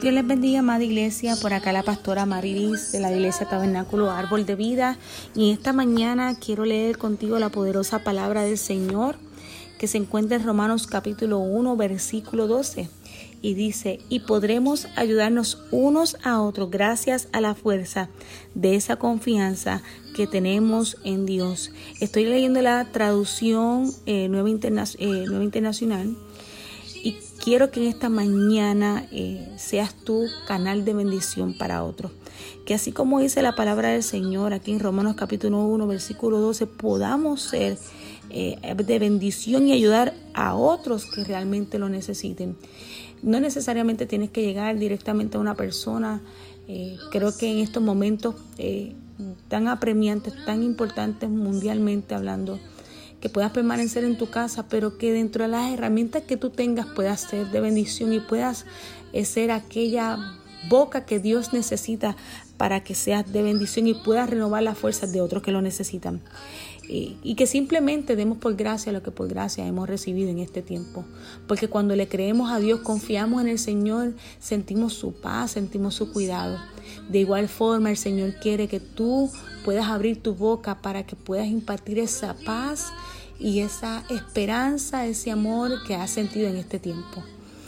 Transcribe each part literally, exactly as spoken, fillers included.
Dios les bendiga, amada iglesia. Por acá la pastora Marilis de la iglesia Tabernáculo Árbol de Vida. Y esta mañana quiero leer contigo la poderosa palabra del Señor que se encuentra en Romanos capítulo uno, versículo doce. Y dice, y podremos ayudarnos unos a otros gracias a la fuerza de esa confianza que tenemos en Dios. Estoy leyendo la traducción eh, Nueva, Interna- eh, Nueva Internacional. Y quiero que en esta mañana eh, seas tú canal de bendición para otros. Que así como dice la palabra del Señor aquí en Romanos capítulo uno, versículo doce, podamos ser eh, de bendición y ayudar a otros que realmente lo necesiten. No necesariamente tienes que llegar directamente a una persona. Eh, creo que en estos momentos eh, tan apremiantes, tan importantes mundialmente hablando, que puedas permanecer en tu casa, pero que dentro de las herramientas que tú tengas puedas ser de bendición y puedas eh, ser aquella boca que Dios necesita para que seas de bendición y puedas renovar las fuerzas de otros que lo necesitan. Y, y que simplemente demos por gracia lo que por gracia hemos recibido en este tiempo. Porque cuando le creemos a Dios, confiamos en el Señor, sentimos su paz, sentimos su cuidado. De igual forma, el Señor quiere que tú puedas abrir tu boca para que puedas impartir esa paz y esa esperanza, ese amor que has sentido en este tiempo.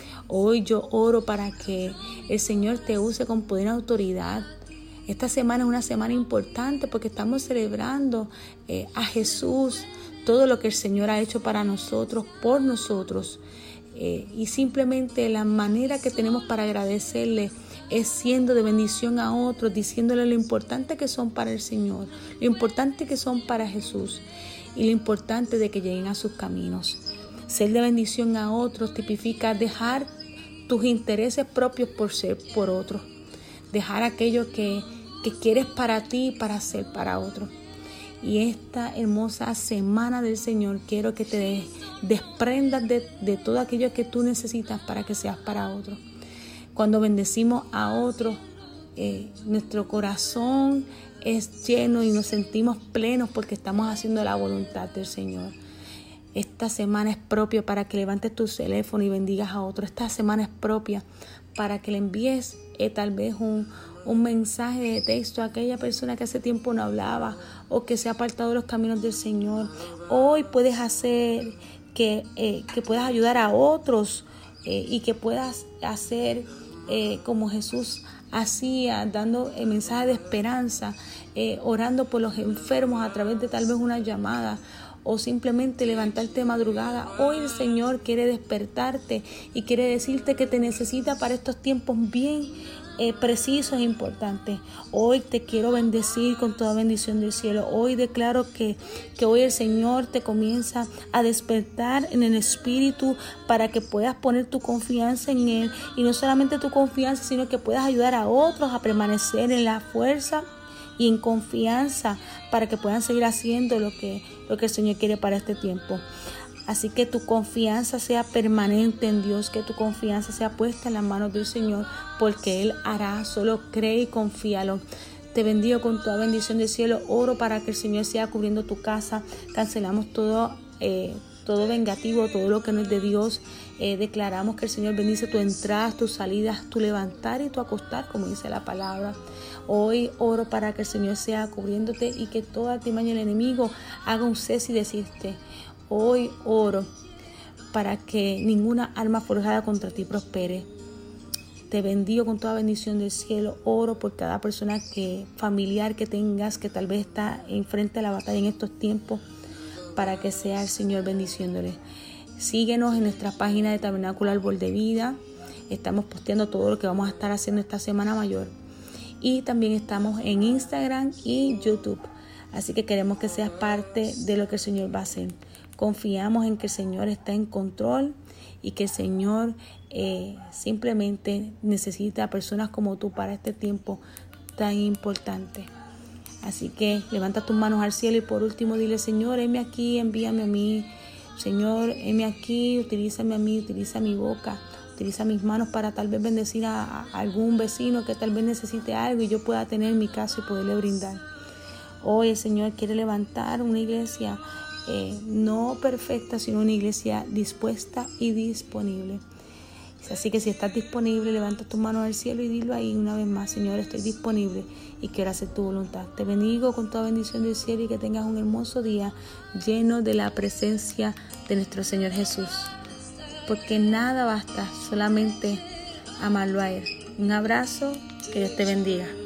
Hoy yo oro para que el Señor te use con poder y autoridad. Esta semana es una semana importante porque estamos celebrando eh, a Jesús, todo lo que el Señor ha hecho para nosotros, por nosotros. Eh, y simplemente la manera que tenemos para agradecerle es siendo de bendición a otros, diciéndole lo importante que son para el Señor, lo importante que son para Jesús y lo importante de que lleguen a sus caminos. Ser de bendición a otros tipifica dejar tus intereses propios por ser por otros. Dejar aquello que, que quieres para ti para hacer para otros. Y esta hermosa semana del Señor quiero que te desprendas de, de todo aquello que tú necesitas para que seas para otros. Cuando bendecimos a otros, eh, nuestro corazón es lleno y nos sentimos plenos porque estamos haciendo la voluntad del Señor. Esta semana es propia para que levantes tu teléfono y bendigas a otros. Esta semana es propia para que le envíes eh, tal vez un, un mensaje de texto a aquella persona que hace tiempo no hablaba o que se ha apartado de los caminos del Señor. Hoy puedes hacer que, eh, que puedas ayudar a otros eh, y que puedas hacer eh, como Jesús hacía, dando el mensaje de esperanza, eh, orando por los enfermos a través de tal vez una llamada o simplemente levantarte de madrugada. Hoy el Señor quiere despertarte y quiere decirte que te necesita para estos tiempos bien eh, precisos e importantes. Hoy te quiero bendecir con toda bendición del cielo. Hoy declaro que, que hoy el Señor te comienza a despertar en el Espíritu para que puedas poner tu confianza en Él. Y no solamente tu confianza, sino que puedas ayudar a otros a permanecer en la fuerza y en confianza para que puedan seguir haciendo lo que, lo que el Señor quiere para este tiempo. Así que tu confianza sea permanente en Dios, que tu confianza sea puesta en las manos del Señor, porque Él hará. Solo cree y confíalo. Te bendigo con toda bendición del cielo. Oro para que el Señor siga cubriendo tu casa. Cancelamos todo eh, todo vengativo, todo lo que no es de Dios. Eh, declaramos que el Señor bendice tu entrada, tus salidas, tu levantar y tu acostar, como dice la palabra. Hoy oro para que el Señor sea cubriéndote y que toda artimaña del enemigo haga un cese y desiste. Hoy oro para que ninguna arma forjada contra ti prospere. Te bendigo con toda bendición del cielo. Oro por cada persona que familiar que tengas que tal vez está enfrente de la batalla en estos tiempos, para que sea el Señor bendiciéndole. Síguenos en nuestra página de Tabernáculo Árbol de Vida. Estamos posteando todo lo que vamos a estar haciendo esta semana mayor. Y también estamos en Instagram y YouTube. Así que queremos que seas parte de lo que el Señor va a hacer. Confiamos en que el Señor está en control y que el Señor eh, simplemente necesita a personas como tú para este tiempo tan importante. Así que levanta tus manos al cielo y por último dile: Señor, heme aquí, envíame a mí. Señor, heme aquí, utilízame a mí, utiliza mi boca, utiliza mis manos para tal vez bendecir a, a algún vecino que tal vez necesite algo y yo pueda tener en mi casa y poderle brindar. Hoy el Señor quiere levantar una iglesia eh, no perfecta, sino una iglesia dispuesta y disponible. Así que si estás disponible, levanta tus manos al cielo y dilo ahí una vez más: Señor, estoy disponible y quiero hacer tu voluntad. Te bendigo con toda bendición del cielo y que tengas un hermoso día lleno de la presencia de nuestro Señor Jesús. Porque nada basta, solamente amarlo a Él. Un abrazo, que Dios te bendiga.